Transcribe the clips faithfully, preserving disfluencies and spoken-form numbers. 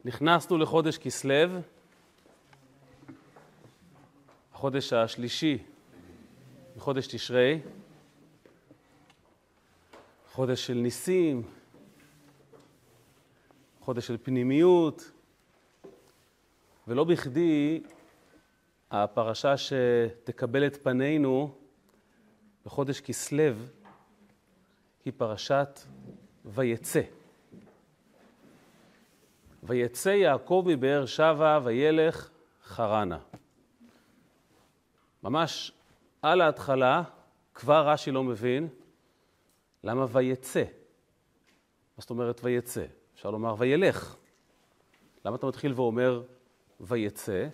נכנסנו לחודש כסלו, החודש השלישי בחודש תשרי, חודש של ניסים, חודש של פנימיות, ולא בכדי הפרשה שתקבל את פנינו בחודש כסלו היא פרשת ויצא. ויצא יעקב מבאר שבע וילך חרנה. ממש על ההתחלה כבר רש"י לא מבין למה ויצא. מה זאת אומרת ויצא? אפשר לומר וילך. למה אתה מתחיל ואומר ויצא?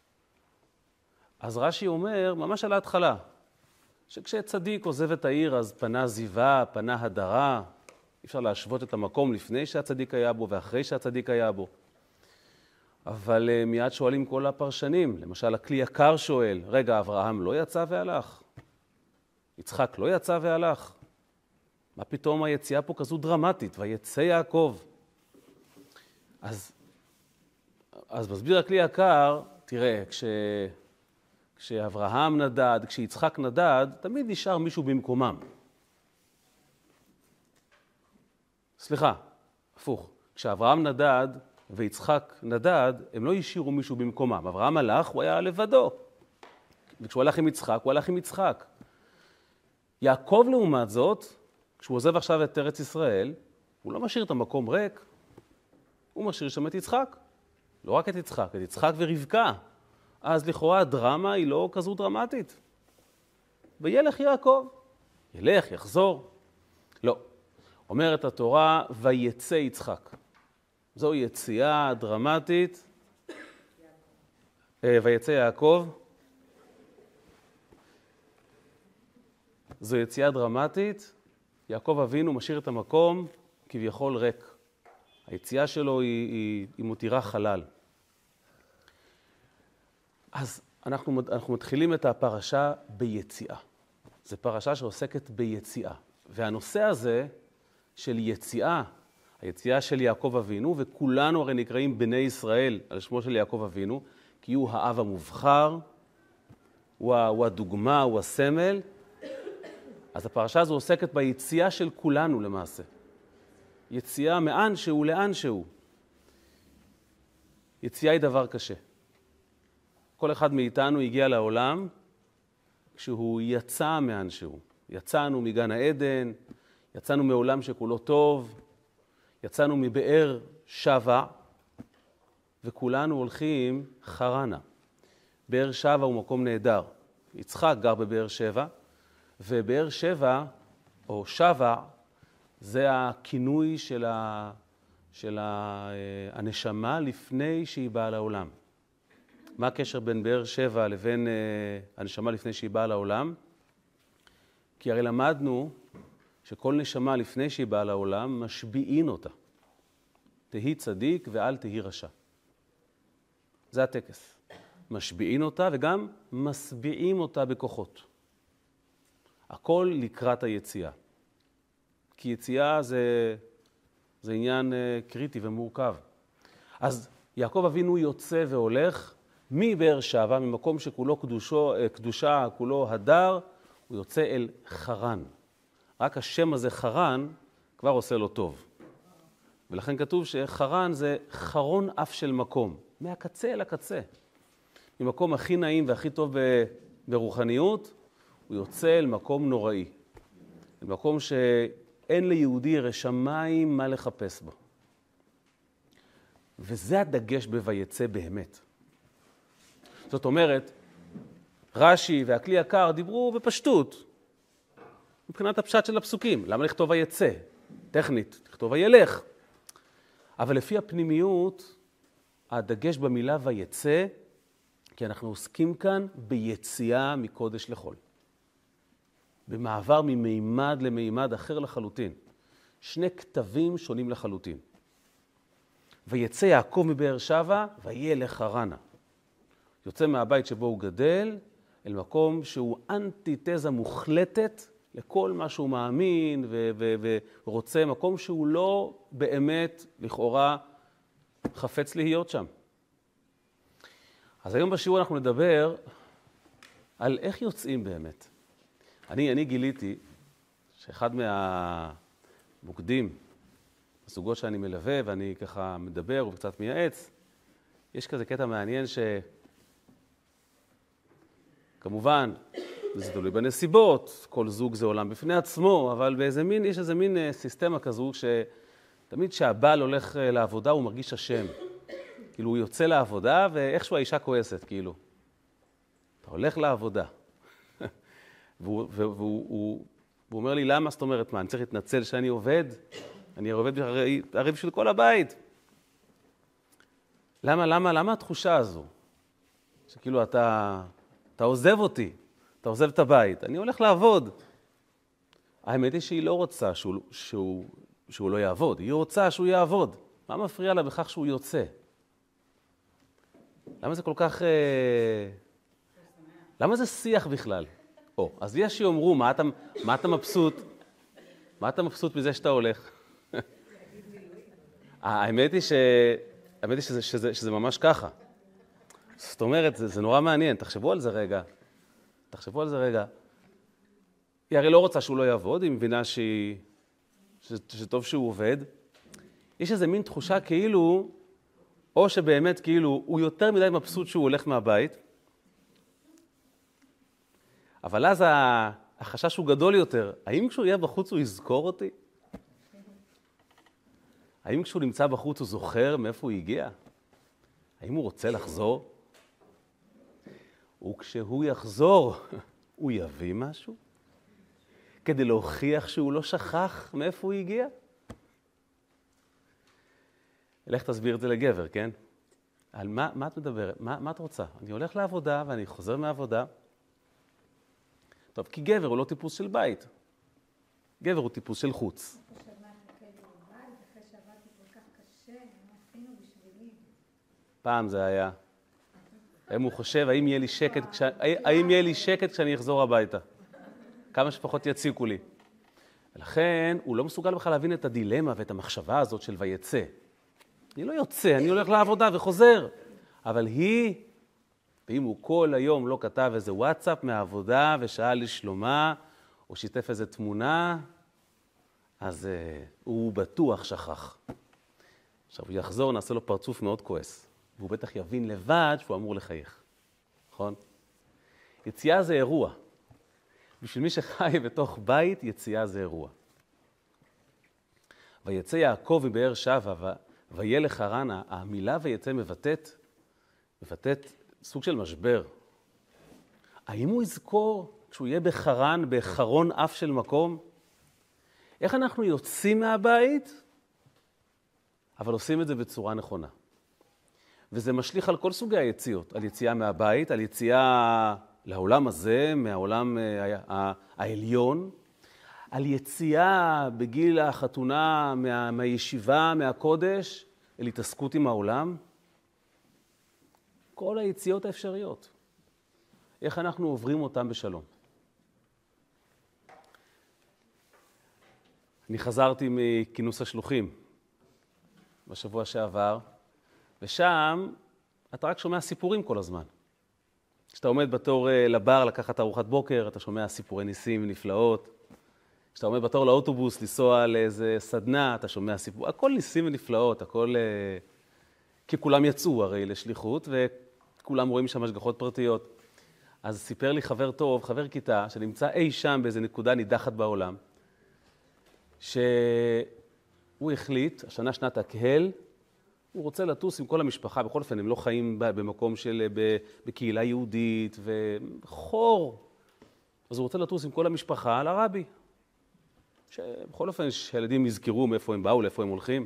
אז רש"י אומר ממש על ההתחלה, שכשצדיק עוזב את העיר אז פנה זיווה, פנה הדרה, אי אפשר להשוות את המקום לפני שהצדיק היה בו ואחרי שהצדיק היה בו. אבל uh, מיד שואלים כל הפרשנים, למשל הכלי יקר שואל, רגע, אברהם לא יצא והלך? יצחק לא יצא והלך? מה פתאום היציאה פה כזו דרמטית? ויצא יעקב. אז, אז מסביר הכלי יקר, תראה, כש, כשאברהם נדד, כשיצחק נדד, תמיד נשאר מישהו במקומם. סליחה, הפוך. כשאברהם נדד ויצחק נדד, הם לא השאירו מישהו במקומם. אברהם הלך, הוא היה לבדו. וכשהוא הלך עם יצחק, הוא הלך עם יצחק. יעקב לעומת זאת, כשהוא עוזב עכשיו את ארץ ישראל, הוא לא משאיר את המקום ריק, הוא משאיר שם את יצחק. לא רק את יצחק, את יצחק ורבקה. אז לכאורה הדרמה היא לא כזו דרמטית. וילך יעקב. ילך, יחזור. לא. אומרת התורה, ויצא יצחק. זו יציאה דרמטית. ויצא יעקב. זו יציאה דרמטית. יעקב אבינו משאיר את המקום כביכול ריק. היציאה שלו היא, היא, היא מותירה חלל. אז אנחנו, אנחנו מתחילים את הפרשה ביציאה. זו פרשה שעוסקת ביציאה. והנושא הזה של יציאה, היציאה של יעקב אבינו, וכולנו הרי נקראים בני ישראל על שמו של יעקב אבינו, כי הוא האב המובחר, הוא, הוא הדוגמה, הוא הסמל. אז הפרשה הזו עוסקת ביציאה של כולנו למעשה. יציאה מאן שהוא לאן שהוא. יציאה היא דבר קשה. כל אחד מאיתנו הגיע לעולם כשהוא יצא מאן שהוא. יצאנו מגן העדן, יצאנו מעולם שכולו טוב, יצאנו מבאר שבע, וכולנו הולכים חרנה. באר שבע הוא מקום נהדר. יצחק גר בבאר שבע, ובאר שבע, או שבע, זה הכינוי של, ה, של ה, הנשמה לפני שהיא באה לעולם. מה הקשר בין באר שבע לבין הנשמה לפני שהיא באה לעולם? כי הרי למדנו שכל נשמה לפני שהיא באה לעולם משביעין אותה. תהי צדיק ואל תהי רשע. זה הטקס. משביעין אותה וגם מסביעים אותה בכוחות. הכל לקראת היציאה. כי יציאה זה, זה עניין קריטי ומורכב. אז יעקב אבינו יוצא והולך מבאר שבע, ממקום שכולו קדושו, קדושה, כולו הדר, הוא יוצא אל חרן. רק השם הזה חרן כבר עושה לו טוב. ולכן כתוב שחרן זה חרון אף של מקום, מהקצה אל הקצה. ממקום הכי נעים והכי טוב ברוחניות, הוא יוצא אל מקום נוראי. אל מקום שאין ליהודי ירא שמיים מה לחפש בו. וזה הדגש בויצא באמת. זאת אומרת, רש"י והכלי יקר דיברו בפשטות, מבחינת הפשט של הפסוקים. למה לכתוב ויצא? טכנית, לכתוב וילך. אבל לפי הפנימיות, הדגש במילה ויצא, כי אנחנו עוסקים כאן ביציאה מקודש לחול. במעבר ממימד למימד אחר לחלוטין. שני כתבים שונים לחלוטין. ויצא יעקב מבאר שבע וילך חרנה. יוצא מהבית שבו הוא גדל אל מקום שהוא אנטיתזה מוחלטת לכל מה שהוא מאמין ו- ו- ורוצה, מקום שהוא לא באמת לכאורה חפץ להיות שם. אז היום בשיעור אנחנו נדבר על איך יוצאים באמת. אני, אני גיליתי שאחד מהמוקדים, הסוגות שאני מלווה ואני ככה מדבר וקצת מייעץ, יש כזה קטע מעניין שכמובן זה תלוי בנסיבות, כל זוג זה עולם בפני עצמו, אבל באיזה מין, יש איזה מין סיסטמה כזו שתמיד שהבעל הולך לעבודה הוא מרגיש אשם. כאילו הוא יוצא לעבודה ואיכשהו האישה כועסת, כאילו. אתה הולך לעבודה. והוא, והוא, והוא, הוא, הוא אומר לי, למה? זאת אומרת, מה, אני צריך להתנצל שאני עובד? אני עובד הרי, הרי בשביל כל הבית. למה, למה, למה התחושה הזו? שכאילו אתה, אתה עוזב אותי, אתה עוזב את הבית, אני הולך לעבוד. האמת היא שהיא לא רוצה שהוא, שהוא, שהוא לא יעבוד, היא רוצה שהוא יעבוד. מה מפריע לה בכך שהוא יוצא? למה זה כל כך... למה זה שיח בכלל? או, אז יש שיאמרו, מה אתה, מה אתה מבסוט? מה אתה מבסוט מזה שאתה הולך? האמת היא ש... האמת היא שזה, שזה, שזה ממש ככה. זאת אומרת, זה, זה נורא מעניין. תחשבו על זה רגע. תחשבו על זה רגע. היא הרי לא רוצה שהוא לא יעבוד, היא מבינה שהיא, ש, שטוב שהוא עובד. יש איזה מין תחושה כאילו, או שבאמת כאילו, הוא יותר מדי מבסוט שהוא הולך מהבית, אבל אז החשש הוא גדול יותר. האם כשהוא יהיה בחוץ הוא יזכור אותי? האם כשהוא נמצא בחוץ הוא זוכר מאיפה הוא הגיע? האם הוא רוצה לחזור? וכשהוא יחזור, הוא יביא משהו? כדי להוכיח שהוא לא שכח מאיפה הוא הגיע? לך תסביר את זה לגבר, כן? על מה, מה את מדברת? מה, מה את רוצה? אני הולך לעבודה ואני חוזר מהעבודה. טוב, כי גבר הוא לא טיפוס של בית. גבר הוא טיפוס של חוץ. פעם זה היה. האם הוא חושב, האם יהיה לי שקט, כש... האם יהיה לי שקט כשאני אחזור הביתה? כמה שפחות יציקו לי. ולכן הוא לא מסוגל בכלל להבין את הדילמה ואת המחשבה הזאת של ויצא. אני לא יוצא, אני הולך לעבודה וחוזר. אבל היא, ואם הוא כל היום לא כתב איזה וואטסאפ מהעבודה ושאל לשלומה, או שיתף איזה תמונה, אז uh, הוא בטוח שכח. עכשיו הוא יחזור, נעשה לו פרצוף מאוד כועס. והוא בטח יבין לבד שהוא אמור לחייך. נכון? יציאה זה אירוע. בשביל מי שחי בתוך בית, יציאה זה אירוע. ויצא יעקב מבאר שבע, וילך חרן, המילה ויצא מבטאת, מבטאת סוג של משבר. האם הוא יזכור כשהוא יהיה בחרן, בחרון אף של מקום? איך אנחנו יוצאים מהבית, אבל עושים את זה בצורה נכונה? וזה משליך על כל סוגי היציאות, על יציאה מהבית, על יציאה לעולם הזה, מהעולם העליון, על יציאה בגיל החתונה מה, מהישיבה, מהקודש, אל התעסקות עם העולם. כל היציאות האפשריות. איך אנחנו עוברים אותם בשלום. אני חזרתי מכינוס השלוחים בשבוע שעבר, ושם אתה רק שומע סיפורים כל הזמן. כשאתה עומד בתור לבר לקחת ארוחת בוקר, אתה שומע סיפורי ניסים ונפלאות. כשאתה עומד בתור לאוטובוס לנסוע לאיזה סדנה, אתה שומע סיפור, הכל ניסים ונפלאות, הכל... כי כולם יצאו הרי לשליחות, וכולם רואים שם השגחות פרטיות. אז סיפר לי חבר טוב, חבר כיתה, שנמצא אי שם באיזה נקודה נידחת בעולם, שהוא החליט, השנה שנת הקהל, הוא רוצה לטוס עם כל המשפחה, בכל אופן הם לא חיים במקום של, בקהילה יהודית וחור. אז הוא רוצה לטוס עם כל המשפחה על הרבי. שבכל אופן שהילדים יזכרו מאיפה הם באו, לאיפה הם הולכים.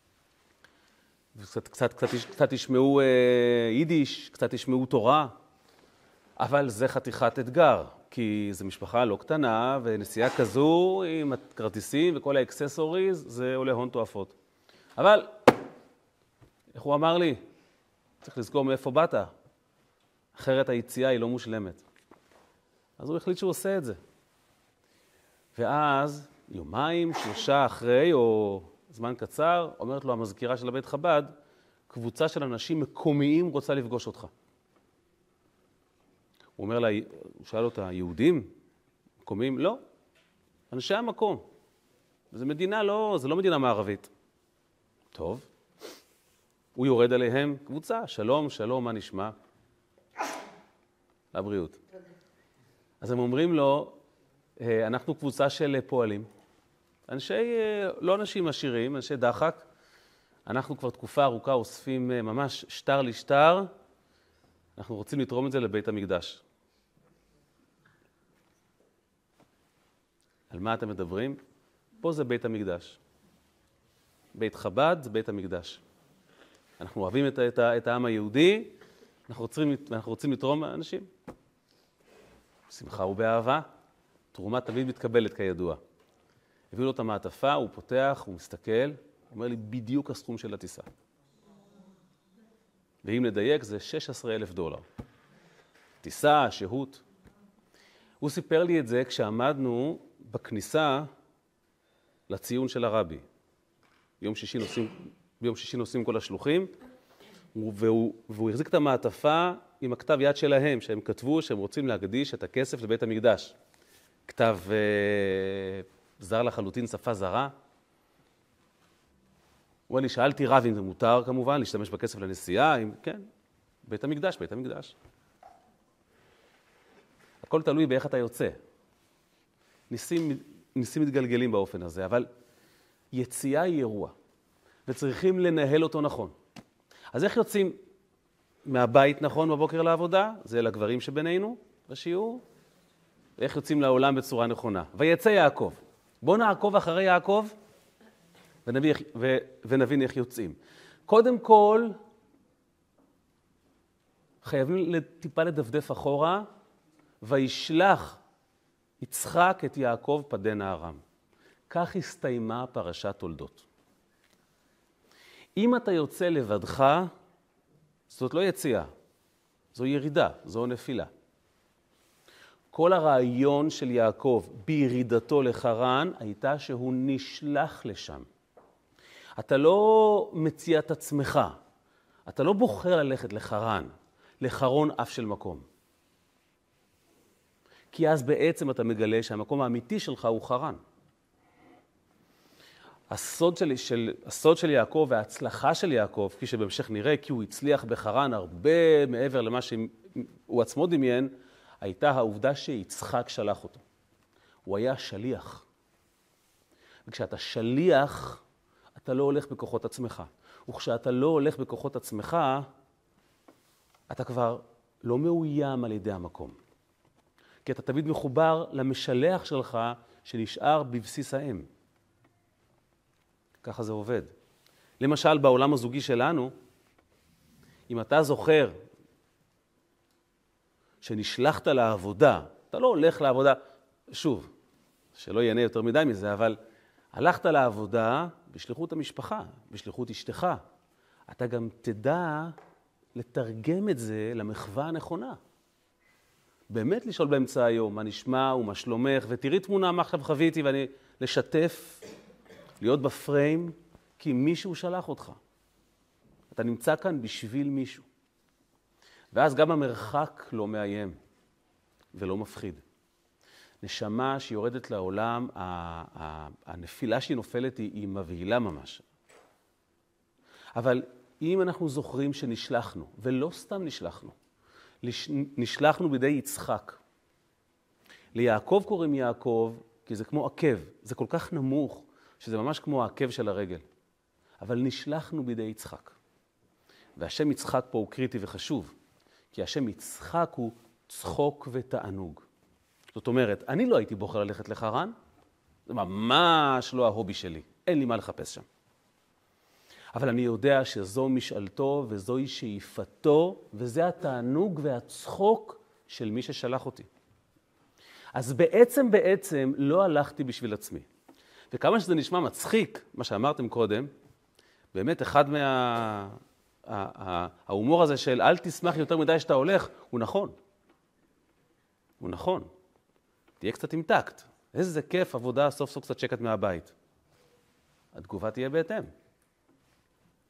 וקצת, קצת, קצת, קצת ישמעו אה, יידיש, קצת ישמעו תורה. אבל זה חתיכת אתגר, כי זו משפחה לא קטנה, ונסיעה כזו עם הכרטיסים וכל האקססוריז, זה עולה הון תועפות. אבל, איך הוא אמר לי? צריך לזכור מאיפה באת. אחרת היציאה היא לא מושלמת. אז הוא החליט שהוא עושה את זה. ואז, יומיים, שלושה אחרי, או זמן קצר, אומרת לו המזכירה של הבית חב"ד, קבוצה של אנשים מקומיים רוצה לפגוש אותך. הוא אומר לה, הוא שאל אותה, יהודים? מקומיים? לא. אנשי המקום. זו מדינה לא, זה לא מדינה מערבית. טוב. הוא יורד עליהם, קבוצה, שלום, שלום, מה נשמע? לבריאות. אז הם אומרים לו, אנחנו קבוצה של פועלים. אנשי, לא אנשים עשירים, אנשי דחק. אנחנו כבר תקופה ארוכה אוספים ממש שטר לשטר. אנחנו רוצים לתרום את זה לבית המקדש. על מה אתם מדברים? פה זה בית המקדש. בית חב"ד זה בית המקדש. אנחנו אוהבים את, את, את העם היהודי, אנחנו רוצים, אנחנו רוצים לתרום אנשים. שמחה ובאהבה, תרומה תמיד מתקבלת כידוע. הביאו לו את המעטפה, הוא פותח, הוא מסתכל, הוא אומר לי בדיוק הסכום של הטיסה. ואם נדייק זה שישה עשר אלף דולר. טיסה, שהות. הוא סיפר לי את זה כשעמדנו בכניסה לציון של הרבי. ביום שישי נוסעים, ביום שישי נוסעים כל השלוחים, והוא, והוא החזיק את המעטפה עם הכתב יד שלהם, שהם כתבו שהם רוצים להקדיש את הכסף לבית המקדש. כתב אה, זר לחלוטין, שפה זרה. הוא אומר לי, שאלתי רב אם זה מותר כמובן, להשתמש בכסף לנסיעה, אם, כן, בית המקדש, בית המקדש. הכל תלוי באיך אתה יוצא. ניסים, ניסים מתגלגלים באופן הזה, אבל יציאה היא אירוע, וצריכים לנהל אותו נכון. אז איך יוצאים מהבית נכון בבוקר לעבודה? זה לגברים שבינינו בשיעור. ואיך יוצאים לעולם בצורה נכונה? ויצא יעקב. בואו נעקוב אחרי יעקב ונבין, ו, ונבין איך יוצאים. קודם כל, חייבים טיפה לדפדף אחורה, וישלח יצחק את יעקב פדן הארם. כך הסתיימה פרשת תולדות. אם אתה יוצא לבדך, זאת לא יציאה, זו ירידה, זו נפילה. כל הרעיון של יעקב בירידתו לחרן הייתה שהוא נשלח לשם. אתה לא מציע את עצמך, אתה לא בוחר ללכת לחרן, לחרון אף של מקום. כי אז בעצם אתה מגלה שהמקום האמיתי שלך הוא חרן. הסוד של, של, הסוד של יעקב וההצלחה של יעקב, כפי שבהמשך נראה, כי הוא הצליח בחרן הרבה מעבר למה שהוא עצמו דמיין, הייתה העובדה שיצחק שלח אותו. הוא היה שליח. וכשאתה שליח, אתה לא הולך בכוחות עצמך. וכשאתה לא הולך בכוחות עצמך, אתה כבר לא מאוים על ידי המקום. כי אתה תמיד מחובר למשלח שלך שנשאר בבסיס האם. ככה זה עובד. למשל, בעולם הזוגי שלנו, אם אתה זוכר שנשלחת לעבודה, אתה לא הולך לעבודה, שוב, שלא ייהנה יותר מדי מזה, אבל הלכת לעבודה בשליחות המשפחה, בשליחות אשתך. אתה גם תדע לתרגם את זה למחווה הנכונה. באמת לשאול באמצע היום, מה נשמע ומה שלומך, ותראי תמונה מה עכשיו חוויתי, ואני לשתף, להיות בפריים, כי מישהו שלח אותך. אתה נמצא כאן בשביל מישהו. ואז גם המרחק לא מאיים ולא מפחיד. נשמה שיורדת לעולם, הנפילה שהיא נופלת היא, היא מבהילה ממש. אבל אם אנחנו זוכרים שנשלחנו, ולא סתם נשלחנו, נשלחנו בידי יצחק. ליעקב קוראים יעקב, כי זה כמו עקב, זה כל כך נמוך, שזה ממש כמו העקב של הרגל. אבל נשלחנו בידי יצחק. והשם יצחק פה הוא קריטי וחשוב, כי השם יצחק הוא צחוק ותענוג. זאת אומרת, אני לא הייתי בוחר ללכת לחרן, זה ממש לא ההובי שלי, אין לי מה לחפש שם. אבל אני יודע שזו משאלתו וזוהי שאיפתו, וזה התענוג והצחוק של מי ששלח אותי. אז בעצם בעצם לא הלכתי בשביל עצמי. וכמה שזה נשמע מצחיק, מה שאמרתם קודם, באמת אחד מה... ההומור הזה של אל תשמח יותר מדי שאתה הולך, הוא נכון. הוא נכון. תהיה קצת עם טקט. איזה כיף עבודה, סוף סוף קצת שקט מהבית. התגובה תהיה בהתאם.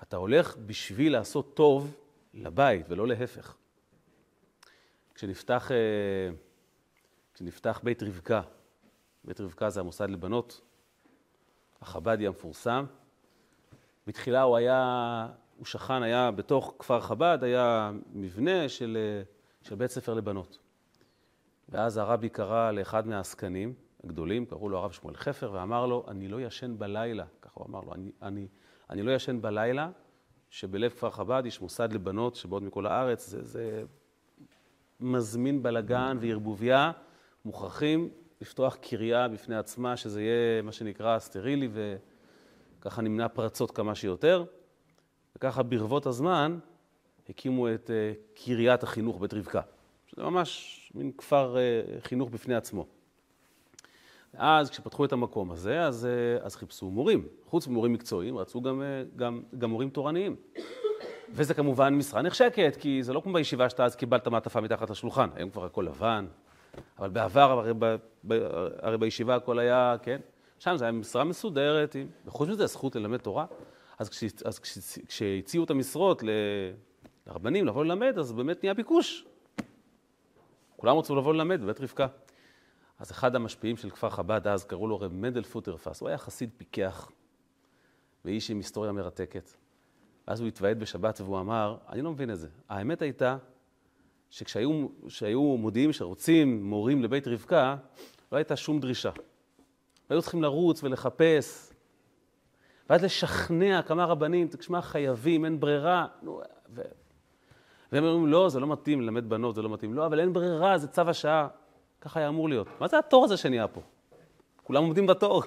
אתה הולך בשביל לעשות טוב לבית ולא להפך. כשנפתח, כשנפתח בית רבקה, בית רבקה זה המוסד לבנות, החב"די המפורסם, בתחילה הוא היה, הוא שכן, היה בתוך כפר חב"ד, היה מבנה של, של בית ספר לבנות. ואז הרבי קרא לאחד מהעסקנים הגדולים, קראו לו הרב שמואל חפר, ואמר לו, אני לא ישן בלילה, ככה הוא אמר לו, אני, אני, אני לא ישן בלילה, שבלב כפר חב"ד יש מוסד לבנות שבאות מכל הארץ, זה, זה מזמין בלגן וערבוביה, מוכרחים לפתוח קריה בפני עצמה, שזה יהיה מה שנקרא סטרילי, וככה נמנע פרצות כמה שיותר. וככה ברבות הזמן הקימו את קריית החינוך בית רבקה, שזה ממש מין כפר חינוך בפני עצמו. ואז כשפתחו את המקום הזה, אז, אז חיפשו מורים. חוץ ממורים מקצועיים, רצו גם, גם, גם מורים תורניים. וזה כמובן משרה נחשקת, כי זה לא כמו בישיבה שאתה אז קיבלת מעטפה מתחת לשולחן. היום כבר הכל לבן. אבל בעבר, הרי, ב, ב, הרי בישיבה הכל היה, כן? שם זה היה משרה מסודרת, וחוץ מזה הזכות ללמד תורה. אז, כש, אז כש, כשהציעו את המשרות לרבנים לבוא ללמד, אז באמת נהיה ביקוש. כולם רצו לבוא ללמד בבית רבקה. אז אחד המשפיעים של כפר חב"ד אז, קראו לו רב מנדל פוטרפס, הוא היה חסיד פיקח, ואיש עם היסטוריה מרתקת. אז הוא התוועד בשבת והוא אמר, אני לא מבין את זה. האמת הייתה שכשהיו שהיו מודיעים שרוצים מורים לבית רבקה, לא הייתה שום דרישה. והיו צריכים לרוץ ולחפש, ואז לשכנע כמה רבנים, תשמע, חייבים, אין ברירה. ו... והם אומרים, לא, זה לא מתאים, ללמד בנות זה לא מתאים. לא, אבל אין ברירה, זה צו השעה. ככה היה אמור להיות. מה זה התור הזה שנהיה פה? כולם עומדים בתור.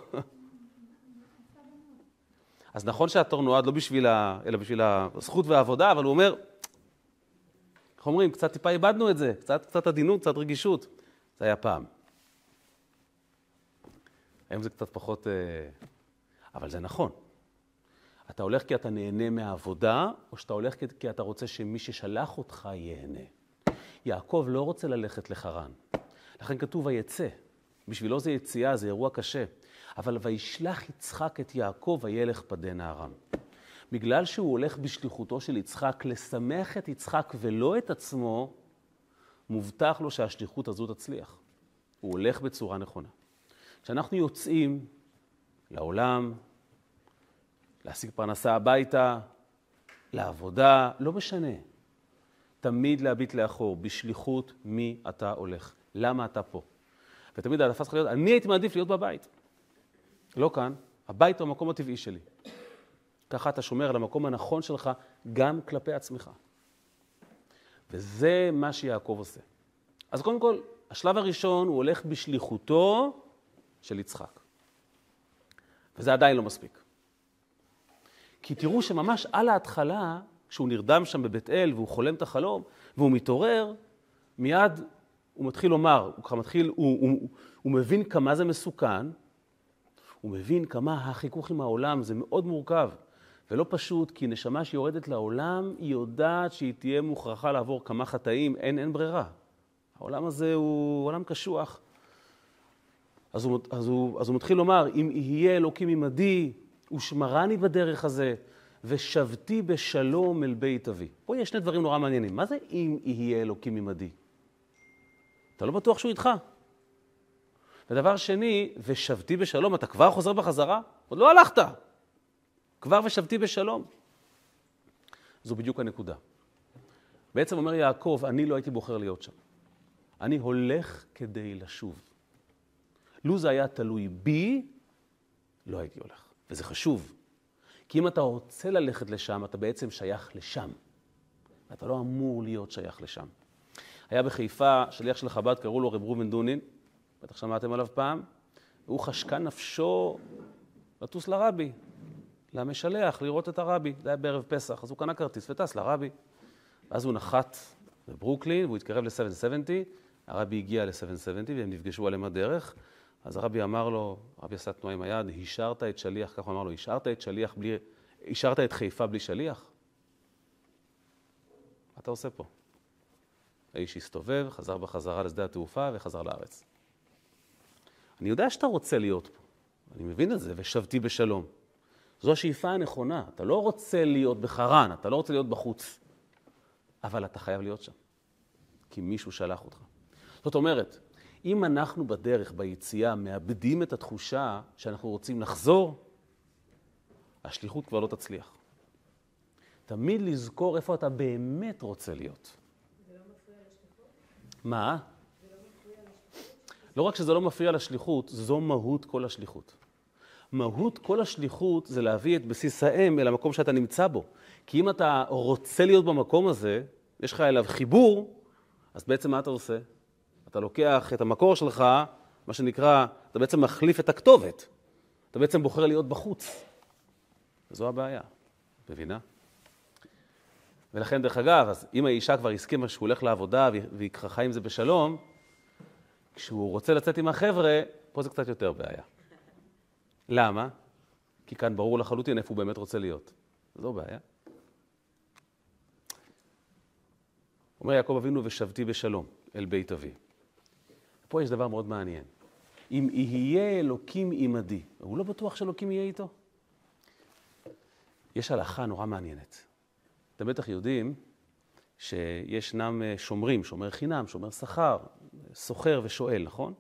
אז נכון שהתור נועד לא בשביל, ה... אלא בשביל הזכות והעבודה, אבל הוא אומר, איך אומרים, קצת טיפה איבדנו את זה, קצת, קצת עדינות, קצת רגישות. זה היה פעם. היום זה קצת פחות... אבל זה נכון. אתה הולך כי אתה נהנה מהעבודה, או שאתה הולך כי אתה רוצה שמי ששלח אותך ייהנה. יעקב לא רוצה ללכת לחרן. לכן כתוב ויצא. בשבילו זה יציאה, זה אירוע קשה. אבל וישלח יצחק את יעקב וילך פדן הארם. בגלל שהוא הולך בשליחותו של יצחק לשמח את יצחק ולא את עצמו, מובטח לו שהשליחות הזו תצליח. הוא הולך בצורה נכונה. כשאנחנו יוצאים לעולם, להשיג פרנסה הביתה, לעבודה, לא משנה. תמיד להביט לאחור, בשליחות מי אתה הולך. למה אתה פה? ותמיד העדפה צריכה להיות, אני הייתי מעדיף להיות בבית. לא כאן, הבית הוא המקום הטבעי שלי. ככה אתה שומר על המקום הנכון שלך גם כלפי עצמך. וזה מה שיעקב עושה. אז קודם כל, השלב הראשון הוא הולך בשליחותו של יצחק. וזה עדיין לא מספיק. כי תראו שממש על ההתחלה, כשהוא נרדם שם בבית אל והוא חולם את החלום, והוא מתעורר, מיד הוא מתחיל לומר, הוא, מתחיל, הוא, הוא, הוא מבין כמה זה מסוכן, הוא מבין כמה החיכוך עם העולם זה מאוד מורכב, ולא פשוט, כי נשמה שיורדת לעולם, היא יודעת שהיא תהיה מוכרחה לעבור כמה חטאים, אין, אין ברירה. העולם הזה הוא עולם קשוח. אז הוא, אז הוא, אז הוא מתחיל לומר, אם יהיה אלוקים עמדי, ושמרני בדרך הזה, ושבתי בשלום אל בית אבי. פה יש שני דברים נורא מעניינים. מה זה אם יהיה אלוקים עמדי? אתה לא בטוח שהוא איתך. ודבר שני, ושבתי בשלום, אתה כבר חוזר בחזרה? עוד לא הלכת. כבר ושבתי בשלום. זו בדיוק הנקודה. בעצם אומר יעקב, אני לא הייתי בוחר להיות שם. אני הולך כדי לשוב. לו זה היה תלוי בי, לא הייתי הולך. וזה חשוב. כי אם אתה רוצה ללכת לשם, אתה בעצם שייך לשם. אתה לא אמור להיות שייך לשם. היה בחיפה שליח של חב"ד, קראו לו רב ראובן דונין, בטח שמעתם עליו פעם, והוא חשקה נפשו לטוס לרבי, למשלח, לראות את הרבי. זה היה בערב פסח, אז הוא קנה כרטיס וטס לרבי. ואז הוא נחת בברוקלין, והוא התקרב ל-שבע שבעים, הרבי הגיע ל-שבע שבעים, והם נפגשו עליהם הדרך. אז הרבי אמר לו, הרבי עשה תנועה עם היד, השארת את שליח, כך הוא אמר לו, השארת את שליח בלי, השארת את חיפה בלי שליח? מה אתה עושה פה? האיש הסתובב, חזר בחזרה לשדה התעופה וחזר לארץ. אני יודע שאתה רוצה להיות פה, אני מבין את זה, ושבתי בשלום. זו השאיפה הנכונה. אתה לא רוצה להיות בחרן, אתה לא רוצה להיות בחוץ. אבל אתה חייב להיות שם. כי מישהו שלח אותך. זאת אומרת, אם אנחנו בדרך, ביציאה, מאבדים את התחושה שאנחנו רוצים לחזור, השליחות כבר לא תצליח. תמיד לזכור איפה אתה באמת רוצה להיות. זה לא מפריע לשליחות? מה? זה לא מפריע לשליחות? לא רק שזה לא מפריע לשליחות, זו מהות כל השליחות. מהות כל השליחות זה להביא את בסיס האם אל המקום שאתה נמצא בו. כי אם אתה רוצה להיות במקום הזה, יש לך אליו חיבור, אז בעצם מה אתה עושה? אתה לוקח את המקור שלך, מה שנקרא, אתה בעצם מחליף את הכתובת. אתה בעצם בוחר להיות בחוץ. וזו הבעיה. מבינה? ולכן, דרך אגב, אז אם האישה כבר הסכימה שהוא הולך לעבודה והיא חי עם זה בשלום, כשהוא רוצה לצאת עם החבר'ה, פה זה קצת יותר בעיה. למה? כי כאן ברור לחלוטין איפה הוא באמת רוצה להיות. זו בעיה. אומר יעקב אבינו, ושבתי בשלום אל בית אבי. פה יש דבר מאוד מעניין. אם יהיה אלוקים עמדי, הוא לא בטוח שאלוקים יהיה איתו. יש הלכה נורא מעניינת. אתם בטח יודעים שישנם שומרים, שומר חינם, שומר שכר, סוחר ושואל, נכון?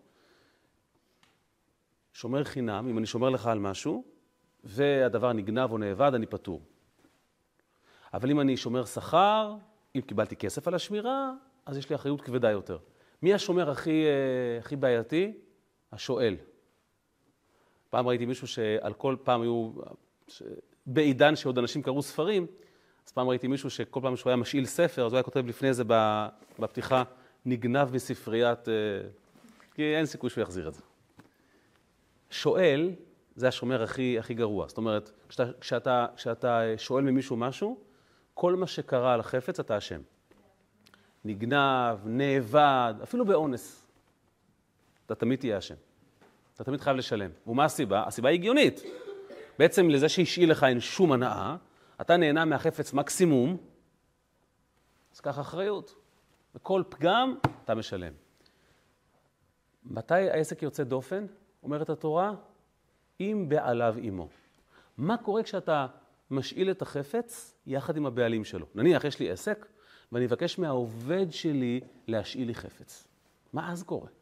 שומר חינם, אם אני שומר לך על משהו, והדבר נגנב או נאבד, אני פטור. אבל אם אני שומר שכר, אם קיבלתי כסף על השמירה, אז יש לי אחריות כבדה יותר. מי השומר הכי, הכי בעייתי? השואל. פעם ראיתי מישהו שעל כל פעם היו, בעידן שעוד אנשים קראו ספרים, אז פעם ראיתי מישהו שכל פעם שהוא היה משאיל ספר, אז הוא היה כותב לפני זה בפתיחה, נגנב מספריית, כי אין סיכוי שהוא יחזיר את זה. שואל, זה השומר הכי, הכי גרוע. זאת אומרת, כשאתה, כשאתה, כשאתה שואל ממישהו משהו, כל מה שקרה על החפץ אתה אשם. נגנב, נאבד, אפילו באונס. אתה תמיד תהיה אשם. אתה תמיד חייב לשלם. ומה הסיבה? הסיבה היא הגיונית. בעצם לזה שהשאיל לך אין שום הנאה, אתה נהנה מהחפץ מקסימום, אז קח אחריות. וכל פגם אתה משלם. מתי העסק יוצא דופן? אומרת התורה, אם בעליו עמו. מה קורה כשאתה משאיל את החפץ יחד עם הבעלים שלו? נניח, יש לי עסק, ואני אבקש מהעובד שלי להשאיל לי חפץ. מה אז קורה?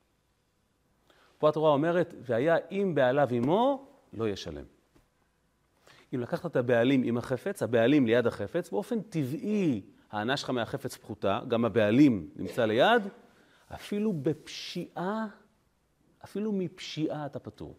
פה התורה אומרת, והיה אם בעליו עמו, לא ישלם. אם לקחת את הבעלים עם החפץ, הבעלים ליד החפץ, באופן טבעי, הענה שלך מהחפץ פחותה, גם הבעלים נמצא ליד, אפילו בפשיעה, אפילו מפשיעה אתה פטור.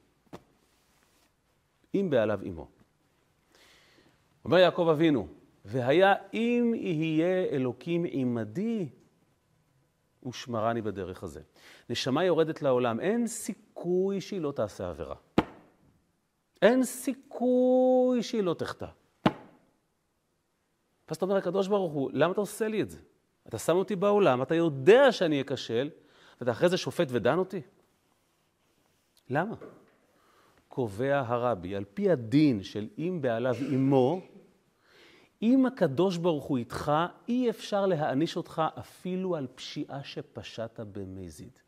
אם בעליו עמו. אומר יעקב אבינו, והיה אם יהיה אלוקים עמדי, ושמרני בדרך הזה. נשמה יורדת לעולם, אין סיכוי שהיא לא תעשה עבירה. אין סיכוי שהיא לא תחטא. אז אתה אומר, הקדוש ברוך הוא, למה אתה עושה לי את זה? אתה שם אותי בעולם, אתה יודע שאני אכשל, ואתה אחרי זה שופט ודן אותי. למה? קובע הרבי, על פי הדין של אם בעליו עמו, אם הקדוש ברוך הוא איתך, אי אפשר להעניש אותך אפילו על פשיעה שפשעת במזיד.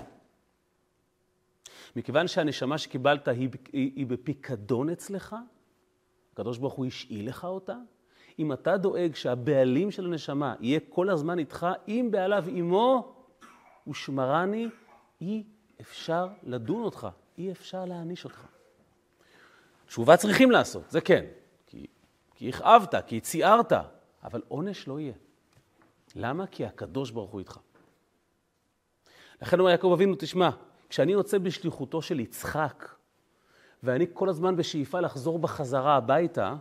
מכיוון שהנשמה שקיבלת היא, היא, היא בפיקדון אצלך, הקדוש ברוך הוא השאיל לך אותה, אם אתה דואג שהבעלים של הנשמה יהיה כל הזמן איתך, אם בעליו עמו, ושמרני, אי אפשר לדון אותך, אי אפשר להעניש אותך. תשובה צריכים לעשות, זה כן, כי, כי הכאבת, כי ציירת, אבל עונש לא יהיה. למה? כי הקדוש ברוך הוא איתך. לכן אומר יעקב אבינו, תשמע, כשאני יוצא בשליחותו של יצחק, ואני כל הזמן בשאיפה לחזור בחזרה הביתה,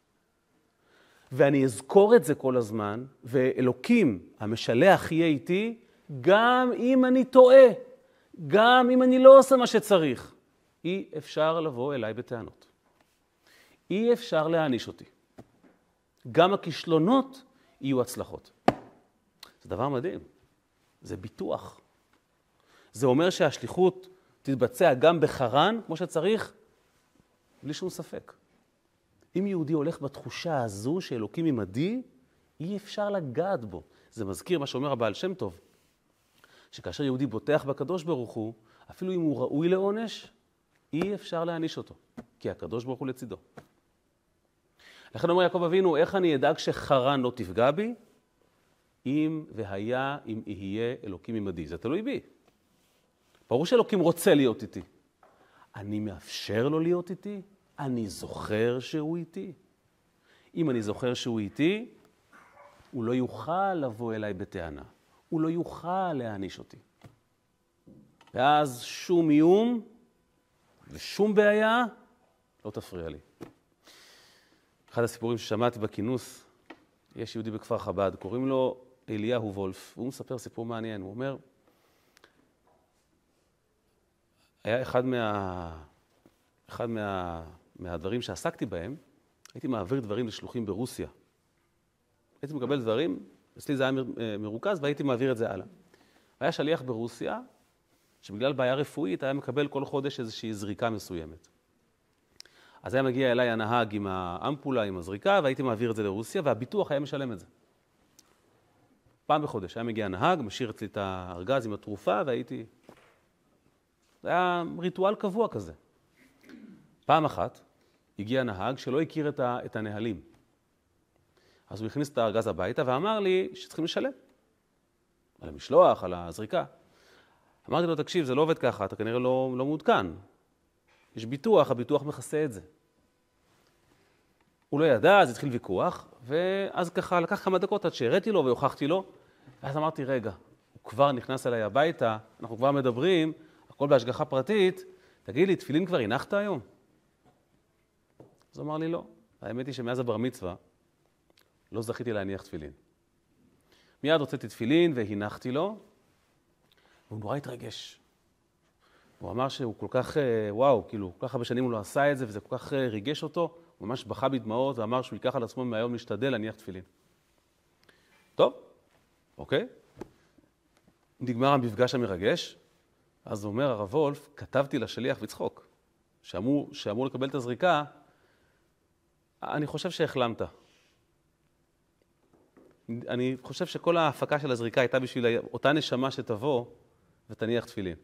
ואני אזכור את זה כל הזמן, ואלוקים, המשלח יהיה איתי, גם אם אני טועה, גם אם אני לא עושה מה שצריך, אי אפשר לבוא אליי בטענות. אי אפשר להעניש אותי. גם הכישלונות יהיו הצלחות. זה דבר מדהים. זה ביטוח. זה אומר שהשליחות תתבצע גם בחרן, כמו שצריך, בלי שום ספק. אם יהודי הולך בתחושה הזו שאלוקים עמדי, אי אפשר לגעת בו. זה מזכיר מה שאומר הבעל שם טוב, שכאשר יהודי בוטח בקדוש ברוך הוא, אפילו אם הוא ראוי לעונש, אי אפשר להעניש אותו, כי הקדוש ברוך הוא לצידו. לכן אומר יעקב אבינו, איך אני אדאג שחרן לא תפגע בי? אם והיה, אם יהיה אלוקים עמדי. זה תלוי בי. ברור שאלוקים רוצה להיות איתי. אני מאפשר לו להיות איתי? אני זוכר שהוא איתי? אם אני זוכר שהוא איתי, הוא לא יוכל לבוא אליי בטענה. הוא לא יוכל להעניש אותי. ואז שום איום ושום בעיה לא תפריע לי. אחד הסיפורים ששמעתי בכינוס, יש יהודי בכפר חב"ד, קוראים לו אליהו וולף, והוא מספר סיפור מעניין. הוא אומר, היה אחד מה... אחד מה... מהדברים שעסקתי בהם, הייתי מעביר דברים לשלוחים ברוסיה. הייתי מקבל דברים, אצלי זה היה מרוכז, והייתי מעביר את זה הלאה. היה שליח ברוסיה, שבגלל בעיה רפואית היה מקבל כל חודש איזושהי זריקה מסוימת. אז היה מגיע אליי הנהג עם האמפולה, עם הזריקה, והייתי מעביר את זה לרוסיה, והביטוח היה משלם את זה. פעם בחודש היה מגיע הנהג, משאיר אצלי את הארגז עם התרופה, והייתי... זה היה ריטואל קבוע כזה. פעם אחת הגיע נהג שלא הכיר את, ה... את הנהלים. אז הוא הכניס את הארגז הביתה ואמר לי שצריכים לשלם. על המשלוח, על הזריקה. אמרתי לו, תקשיב, זה לא עובד ככה, אתה כנראה לא, לא מעודכן. יש ביטוח, הביטוח מכסה את זה. הוא לא ידע, אז התחיל ויכוח, ואז ככה לקח כמה דקות עד שהראיתי לו והוכחתי לו, ואז אמרתי, רגע, הוא כבר נכנס אליי הביתה, אנחנו כבר מדברים, הכל בהשגחה פרטית, תגיד לי, תפילין כבר הנחת היום? אז הוא אמר לי, לא. האמת היא שמאז הבר מצווה, לא זכיתי להניח תפילין. מיד הוצאתי תפילין והנחתי לו, והוא נורא התרגש. הוא אמר שהוא כל כך, וואו, כאילו, כל כך הרבה שנים הוא לא עשה את זה, וזה כל כך ריגש אותו, הוא ממש בכה בדמעות, ואמר שהוא ייקח על עצמו מהיום להשתדל להניח תפילין. טוב, אוקיי. נגמר המפגש המרגש, אז הוא אומר, הרב וולף, כתבתי לשליח בצחוק, שאמור, שאמור לקבל את הזריקה, אני חושב שהחלמת. אני חושב שכל ההפקה של הזריקה הייתה בשביל אותה נשמה שתבוא ותניח תפילין.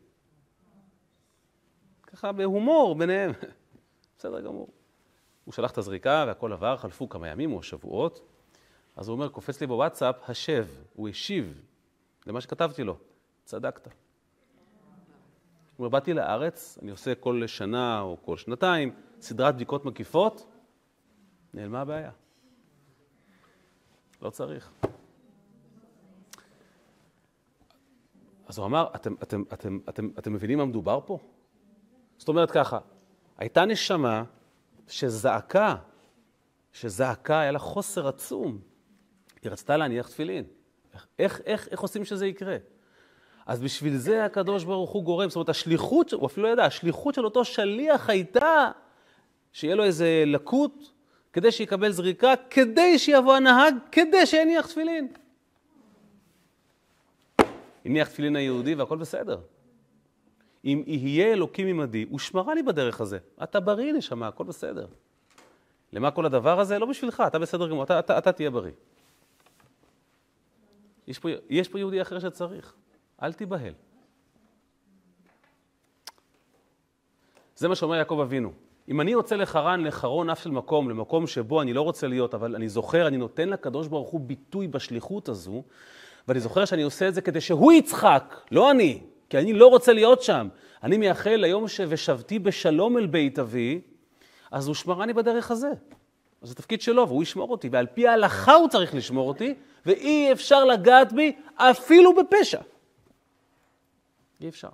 ככה בהומור ביניהם. בסדר גמור. הוא שלח את הזריקה והכל עבר, חלפו כמה ימים או שבועות. אז הוא אומר, קופץ לי בוואטסאפ, השב. הוא השיב למה שכתבתי לו. צדקת. הוא אומר, באתי לארץ, אני עושה כל שנה או כל שנתיים, סדרת בדיקות מקיפות, נעלמה הבעיה. לא צריך. אז הוא אמר, אתם, אתם, אתם, אתם, אתם מבינים מה מדובר פה? זאת אומרת ככה, הייתה נשמה שזעקה, שזעקה, היה לה חוסר עצום. היא רצתה להניח תפילין. איך, איך, איך עושים שזה יקרה? אז בשביל זה הקדוש ברוך הוא גורם. זאת אומרת, השליחות, הוא אפילו לא ידע, השליחות של אותו שליח הייתה שיהיה לו איזה לקות, כדי שיקבל זריקה, כדי שיבוא הנהג, כדי שיניח תפילין. הניח תפילין היהודי והכל בסדר. אם יהיה אלוקים עמדי, הוא שמרה לי בדרך הזה. אתה בריא נשמה, הכל בסדר. למה כל הדבר הזה? לא בשבילך, אתה בסדר גמור, אתה, אתה, אתה תהיה בריא. יש פה, יש פה יהודי אחר שצריך. אל תיבהל. זה מה שאומר יעקב אבינו. אם אני רוצה לחרן, לחרון אף של מקום, למקום שבו אני לא רוצה להיות, אבל אני זוכר, אני נותן לקדוש ברוך הוא ביטוי בשליחות הזו, ואני זוכר שאני עושה את זה כדי שהוא יצחק, לא אני, כי אני לא רוצה להיות שם. אני מייחל ליום שבשבתי בשלום אל בית אבי, אז הוא שמרני בדרך הזה. אז זה תפקיד שלו, והוא ישמור אותי, ועל פי ההלכה הוא צריך לשמור אותי, ואי אפשר לגעת בי אפילו בפשע. אי אפשר.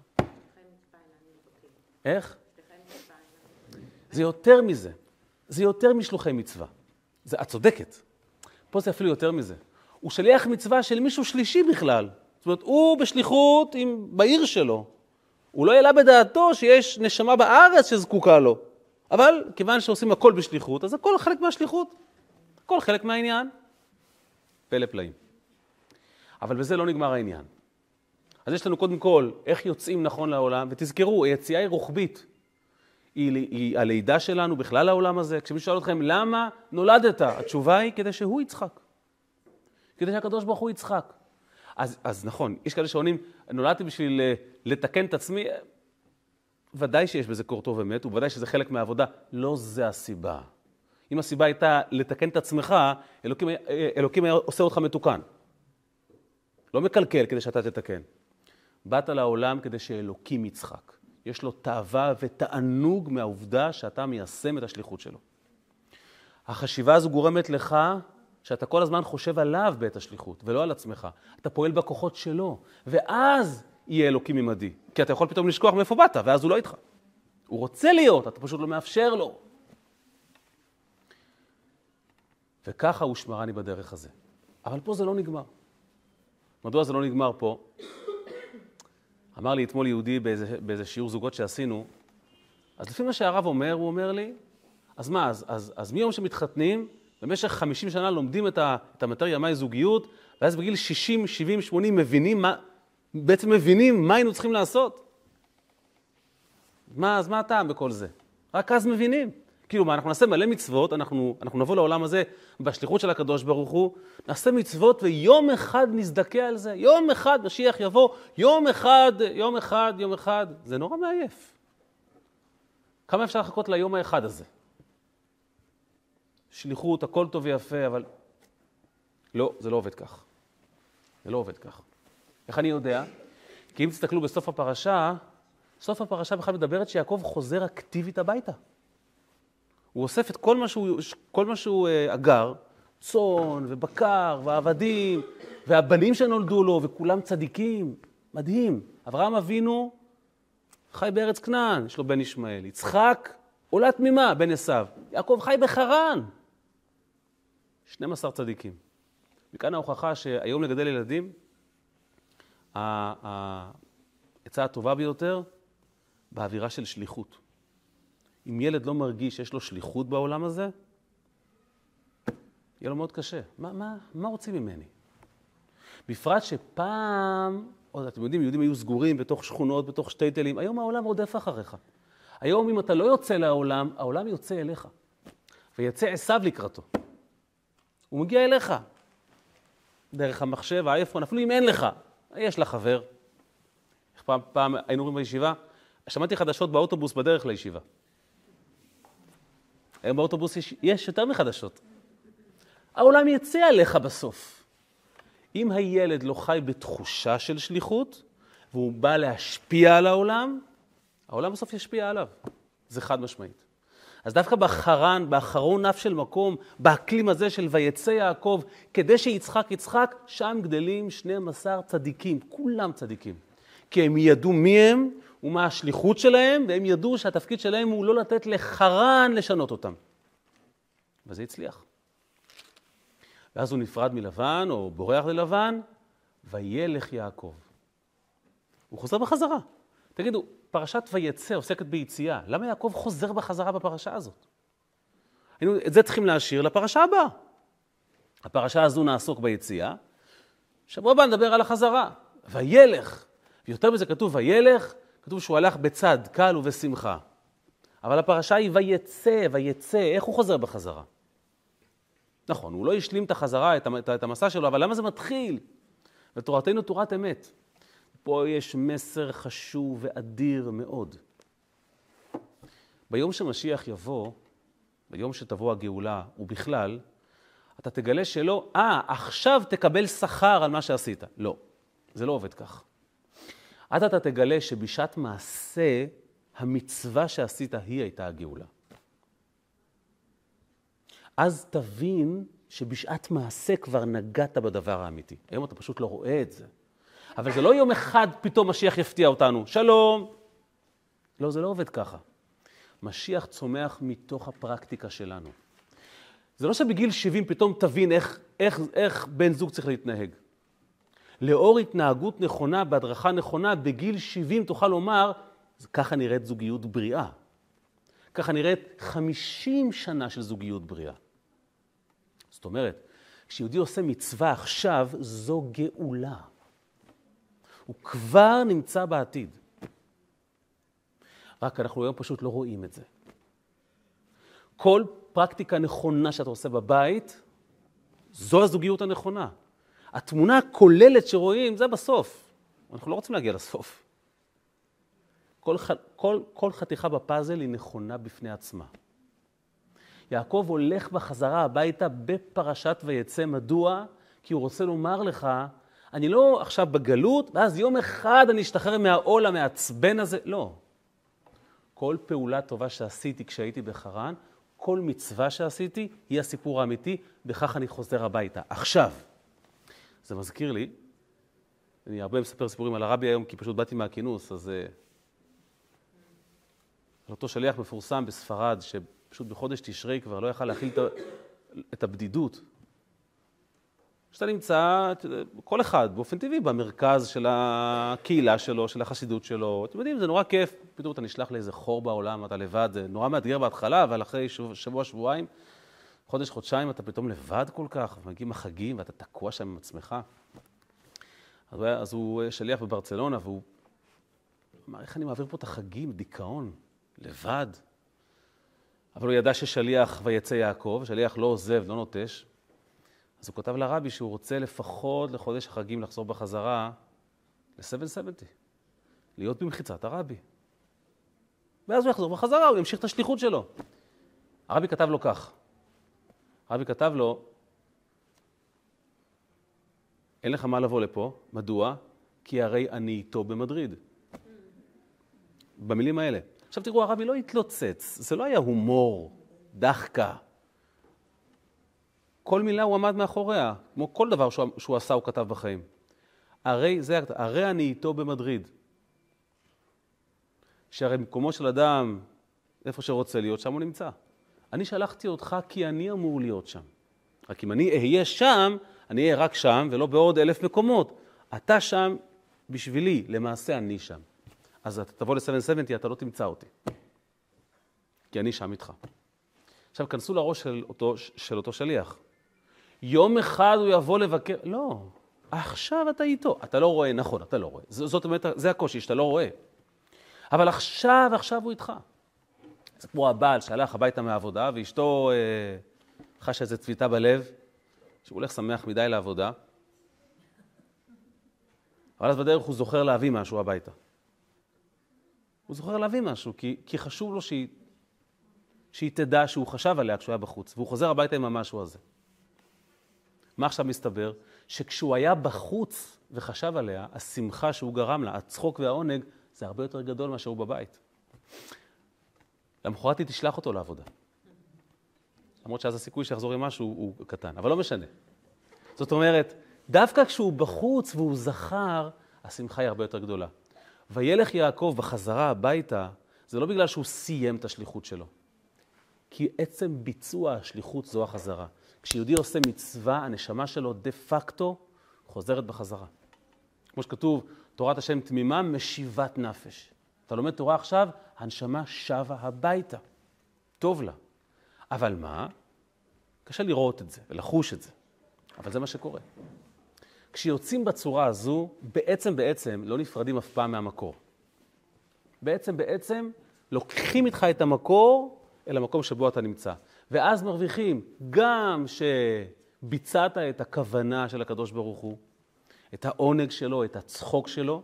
איך? זה יותר מזה. זה יותר משלוחי מצווה. זה, את צודקת. פה זה אפילו יותר מזה. הוא שליח מצווה של מישהו שלישי בכלל. זאת אומרת, הוא בשליחות עם, בעיר שלו. הוא לא העלה בדעתו שיש נשמה בארץ שזקוקה לו. אבל כיוון שעושים הכל בשליחות, אז הכל חלק מהשליחות. הכל חלק מהעניין. פלא פלאים. אבל בזה לא נגמר העניין. אז יש לנו קודם כל איך יוצאים נכון לעולם, ותזכרו, היציאה היא רוחבית. היא, היא הלידה שלנו בכלל העולם הזה. כשמישהו שואל אתכם, למה נולדת? התשובה היא כדי שהוא יצחק. כדי שהקדוש ברוך הוא יצחק. אז, אז נכון, יש כאלה שעונים, נולדתי בשביל לתקן את עצמי, ודאי שיש בזה קור טוב אמת, ובוודאי שזה חלק מהעבודה. לא זה הסיבה. אם הסיבה הייתה לתקן את עצמך, אלוקים, אלוקים היה עושה אותך מתוקן. לא מקלקל כדי שאתה תתקן. באת לעולם כדי שאלוקים יצחק. יש לו תאווה ותענוג מהעובדה שאתה מיישם את השליחות שלו. החשיבה הזו גורמת לך שאתה כל הזמן חושב עליו בעת השליחות, ולא על עצמך. אתה פועל בכוחות שלו, ואז יהיה אלוקים עמדי. כי אתה יכול פתאום לשכוח מאיפה באת, ואז הוא לא איתך. הוא רוצה להיות, אתה פשוט לא מאפשר לו. וככה הוא שמרני בדרך הזה. אבל פה זה לא נגמר. מדוע זה לא נגמר פה? אמר לי אתמול יהודי באיזה, באיזה שיעור זוגות שעשינו, אז לפי מה שהרב אומר, הוא אומר לי, אז מה, אז, אז, אז מיום שמתחתנים, במשך חמישים שנה לומדים את, ה, את המטריה מהי זוגיות, ואז בגיל שישים, שבעים, שמונים מבינים מה, בעצם מבינים מה היינו צריכים לעשות. מה, אז מה הטעם בכל זה? רק אז מבינים. כאילו, מה, אנחנו נעשה מלא מצוות, אנחנו, אנחנו נבוא לעולם הזה בשליחות של הקדוש ברוך הוא, נעשה מצוות ויום אחד נזדכה על זה. יום אחד משיח יבוא, יום אחד, יום אחד, יום אחד. זה נורא מעייף. כמה אפשר לחכות ליום האחד הזה? שליחות, הכל טוב ויפה, אבל לא, זה לא עובד כך. זה לא עובד כך. איך אני יודע? כי אם תסתכלו בסוף הפרשה, סוף הפרשה בכלל מדברת שיעקב חוזר אקטיבית הביתה. הוא אוסף את כל מה שהוא, כל מה שהוא אה, אגר, צאן ובקר ועבדים, והבנים שנולדו לו, וכולם צדיקים. מדהים. אברהם אבינו חי בארץ כנען, יש לו בן ישמעאל. יצחק עולה תמימה, בן עשיו. יעקב חי בחרן. שנים עשר צדיקים. מכאן ההוכחה שהיום לגדל ילדים, העצה הטובה ביותר, באווירה של שליחות. אם ילד לא מרגיש שיש לו שליחות בעולם הזה, יהיה לו מאוד קשה. מה, מה, מה רוצים ממני? בפרט שפעם, עוד אתם יודעים, יהודים היו סגורים בתוך שכונות, בתוך שטייטלים, היום העולם רודף אחריך. היום אם אתה לא יוצא לעולם, העולם יוצא אליך. ויצא עשיו לקראתו. הוא מגיע אליך. דרך המחשב, האייפון, אפילו אם אין לך. יש לך חבר. פעם, פעם היינו רואים בישיבה, שמעתי חדשות באוטובוס בדרך לישיבה. היום באוטובוס יש, יש יותר מחדשות. העולם יצא עליך בסוף. אם הילד לא חי בתחושה של שליחות, והוא בא להשפיע על העולם, העולם בסוף ישפיע עליו. זה חד משמעית. אז דווקא באחרון, באחרון נף של מקום, באקלים הזה של ויצא יעקב, כדי שיצחק יצחק, שם גדלים שנים עשר צדיקים, כולם צדיקים. כי הם ידעו מי הם ומה השליחות שלהם, והם ידעו שהתפקיד שלהם הוא לא לתת לחרן לשנות אותם. וזה הצליח. ואז הוא נפרד מלבן, או בורח ללבן, וילך יעקב. הוא חוזר בחזרה. תגידו, פרשת ויצא עוסקת ביציאה. למה יעקב חוזר בחזרה בפרשה הזאת? את זה צריכים להשאיר לפרשה הבאה. הפרשה הזו נעסוק ביציאה. שבוע הבא נדבר על החזרה. וילך. ויותר מזה כתוב וילך, כתוב שהוא הלך בצד, קל ובשמחה. אבל הפרשה היא ויצא, ויצא. איך הוא חוזר בחזרה? נכון, הוא לא השלים את החזרה, את המסע שלו, אבל למה זה מתחיל? ותורתנו תורת אמת. פה יש מסר חשוב ואדיר מאוד. ביום שמשיח יבוא, ביום שתבוא הגאולה, ובכלל, אתה תגלה שלא, אה, עכשיו תקבל שכר על מה שעשית. לא, זה לא עובד כך. עד אתה תגלה שבשעת מעשה, המצווה שעשית היא הייתה הגאולה. אז תבין שבשעת מעשה כבר נגעת בדבר האמיתי. היום אתה פשוט לא רואה את זה. אבל זה לא יום אחד פתאום משיח יפתיע אותנו. שלום. לא, זה לא עובד ככה. משיח צומח מתוך הפרקטיקה שלנו. זה לא שבגיל שבעים פתאום תבין איך, איך, איך בן זוג צריך להתנהג. לאור התנהגות נכונה, בהדרכה נכונה, בגיל שבעים תוכל לומר, ככה נראית זוגיות בריאה. ככה נראית חמישים שנה של זוגיות בריאה. זאת אומרת, כשיהודי עושה מצווה עכשיו, זו גאולה. הוא כבר נמצא בעתיד. רק אנחנו היום פשוט לא רואים את זה. כל פרקטיקה נכונה שאתה עושה בבית, זו הזוגיות הנכונה. התמונה הכוללת שרואים, זה בסוף. אנחנו לא רוצים להגיע לסוף. כל, כל, כל חתיכה בפאזל היא נכונה בפני עצמה. יעקב הולך בחזרה הביתה בפרשת ויצא. מדוע? כי הוא רוצה לומר לך, אני לא עכשיו בגלות, ואז יום אחד אני אשתחרר מהעול המעצבן הזה. לא. כל פעולה טובה שעשיתי כשהייתי בחרן, כל מצווה שעשיתי, היא הסיפור האמיתי, בכך אני חוזר הביתה. עכשיו, זה מזכיר לי, אני הרבה מספר סיפורים על הרבי היום, כי פשוט באתי מהכינוס, אז אותו שליח מפורסם בספרד, שפשוט בחודש תשרי כבר לא יכל להכיל את הבדידות. שאתה נמצא, כל אחד, באופן טבעי, במרכז של הקהילה שלו, של החסידות שלו. אתם יודעים, זה נורא כיף. פתאום אתה נשלח לאיזה חור בעולם, אתה לבד, זה נורא מאתגר בהתחלה, אבל אחרי שבוע, שבועיים, חודש, חודשיים, אתה פתאום לבד כל כך, ומגיעים החגים, ואתה תקוע שם עם עצמך. אז הוא שליח בברצלונה, והוא אמר, איך אני מעביר פה את החגים, דיכאון, לבד. אבל הוא ידע ששליח ויצא יעקב, שליח לא עוזב, לא נוטש. אז הוא כותב לרבי שהוא רוצה לפחות לחודש החגים לחזור בחזרה ל-שבע שבעים, להיות במחיצת הרבי. ואז הוא יחזור בחזרה, הוא ימשיך את השליחות שלו. הרבי כתב לו כך. הרבי כתב לו, אין לך מה לבוא לפה. מדוע? כי הרי אני איתו במדריד. במילים האלה. עכשיו תראו, הרבי לא התלוצץ. זה לא היה הומור, דחקה. כל מילה הוא עמד מאחוריה, כמו כל דבר שהוא, שהוא עשה, הוא כתב בחיים. הרי, זה, הרי אני איתו במדריד. שהרי במקומו של אדם, איפה שרוצה להיות, שם הוא נמצא. אני שלחתי אותך כי אני אמור להיות שם. רק אם אני אהיה שם, אני אהיה רק שם, ולא בעוד אלף מקומות. אתה שם בשבילי, למעשה אני שם. אז אתה תבוא ל-שבע שבעים, אתה לא תמצא אותי. כי אני שם איתך. עכשיו, כנסו לראש של אותו, של אותו שליח. יום אחד הוא יבוא לבקר, לא, עכשיו אתה איתו. אתה לא רואה, נכון, אתה לא רואה. זאת אומרת, זה הקושי, שאתה לא רואה. אבל עכשיו, עכשיו הוא איתך. זה כמו הבעל שהלך הביתה מהעבודה, ואשתו אה, חש איזו צביטה בלב, שהוא הולך שמח מדי לעבודה. אבל אז בדרך הוא זוכר להביא משהו הביתה. הוא זוכר להביא משהו, כי, כי חשוב לו שהיא, שהיא תדע שהוא חשב עליה כשהוא היה בחוץ, והוא חוזר הביתה עם המשהו הזה. מה עכשיו מסתבר? שכשהוא היה בחוץ וחשב עליה, השמחה שהוא גרם לה, הצחוק והעונג, זה הרבה יותר גדול מאשר הוא בבית. למחרת היא תשלח אותו לעבודה. למרות שאז הסיכוי שיחזור עם משהו הוא קטן, אבל לא משנה. זאת אומרת, דווקא כשהוא בחוץ והוא זכר, השמחה היא הרבה יותר גדולה. וילך יעקב בחזרה הביתה, זה לא בגלל שהוא סיים את השליחות שלו. כי עצם ביצוע השליחות זו החזרה. כשיהודי עושה מצווה, הנשמה שלו דה פקטו חוזרת בחזרה. כמו שכתוב, תורת השם תמימה משיבת נפש. אתה לומד תורה עכשיו, הנשמה שווה הביתה. טוב לה. אבל מה? קשה לראות את זה ולחוש את זה. אבל זה מה שקורה. כשיוצאים בצורה הזו, בעצם בעצם לא נפרדים אף פעם מהמקור. בעצם בעצם לוקחים איתך את המקור אל המקום שבו אתה נמצא. ואז מרוויחים גם שביצעת את הכוונה של הקדוש ברוך הוא, את העונג שלו, את הצחוק שלו.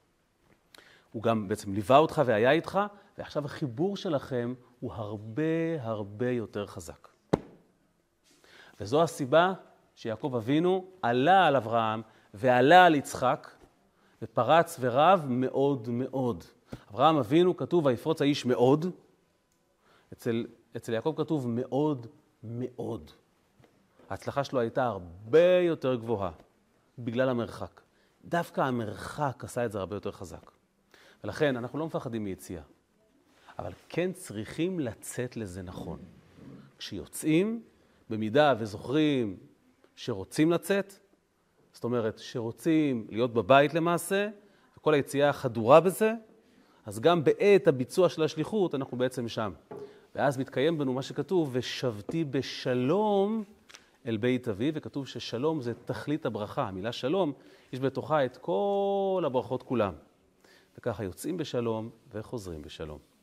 הוא גם בעצם ליווה אותך והיה איתך, ועכשיו החיבור שלכם הוא הרבה הרבה יותר חזק. וזו הסיבה שיעקב אבינו עלה על אברהם ועלה על יצחק, ופרץ ורב מאוד מאוד. אברהם אבינו כתוב, ויפרוץ האיש מאוד, אצל, אצל יעקב כתוב מאוד מאוד. ההצלחה שלו הייתה הרבה יותר גבוהה, בגלל המרחק. דווקא המרחק עשה את זה הרבה יותר חזק. ולכן אנחנו לא מפחדים מיציאה, אבל כן צריכים לצאת לזה נכון. כשיוצאים, במידה וזוכרים שרוצים לצאת, זאת אומרת שרוצים להיות בבית למעשה, וכל היציאה חדורה בזה, אז גם בעת הביצוע של השליחות אנחנו בעצם שם. ואז מתקיים בנו מה שכתוב, ושבתי בשלום אל בית אבי, וכתוב ששלום זה תכלית הברכה. המילה שלום, יש בתוכה את כל הברכות כולם. וככה יוצאים בשלום וחוזרים בשלום.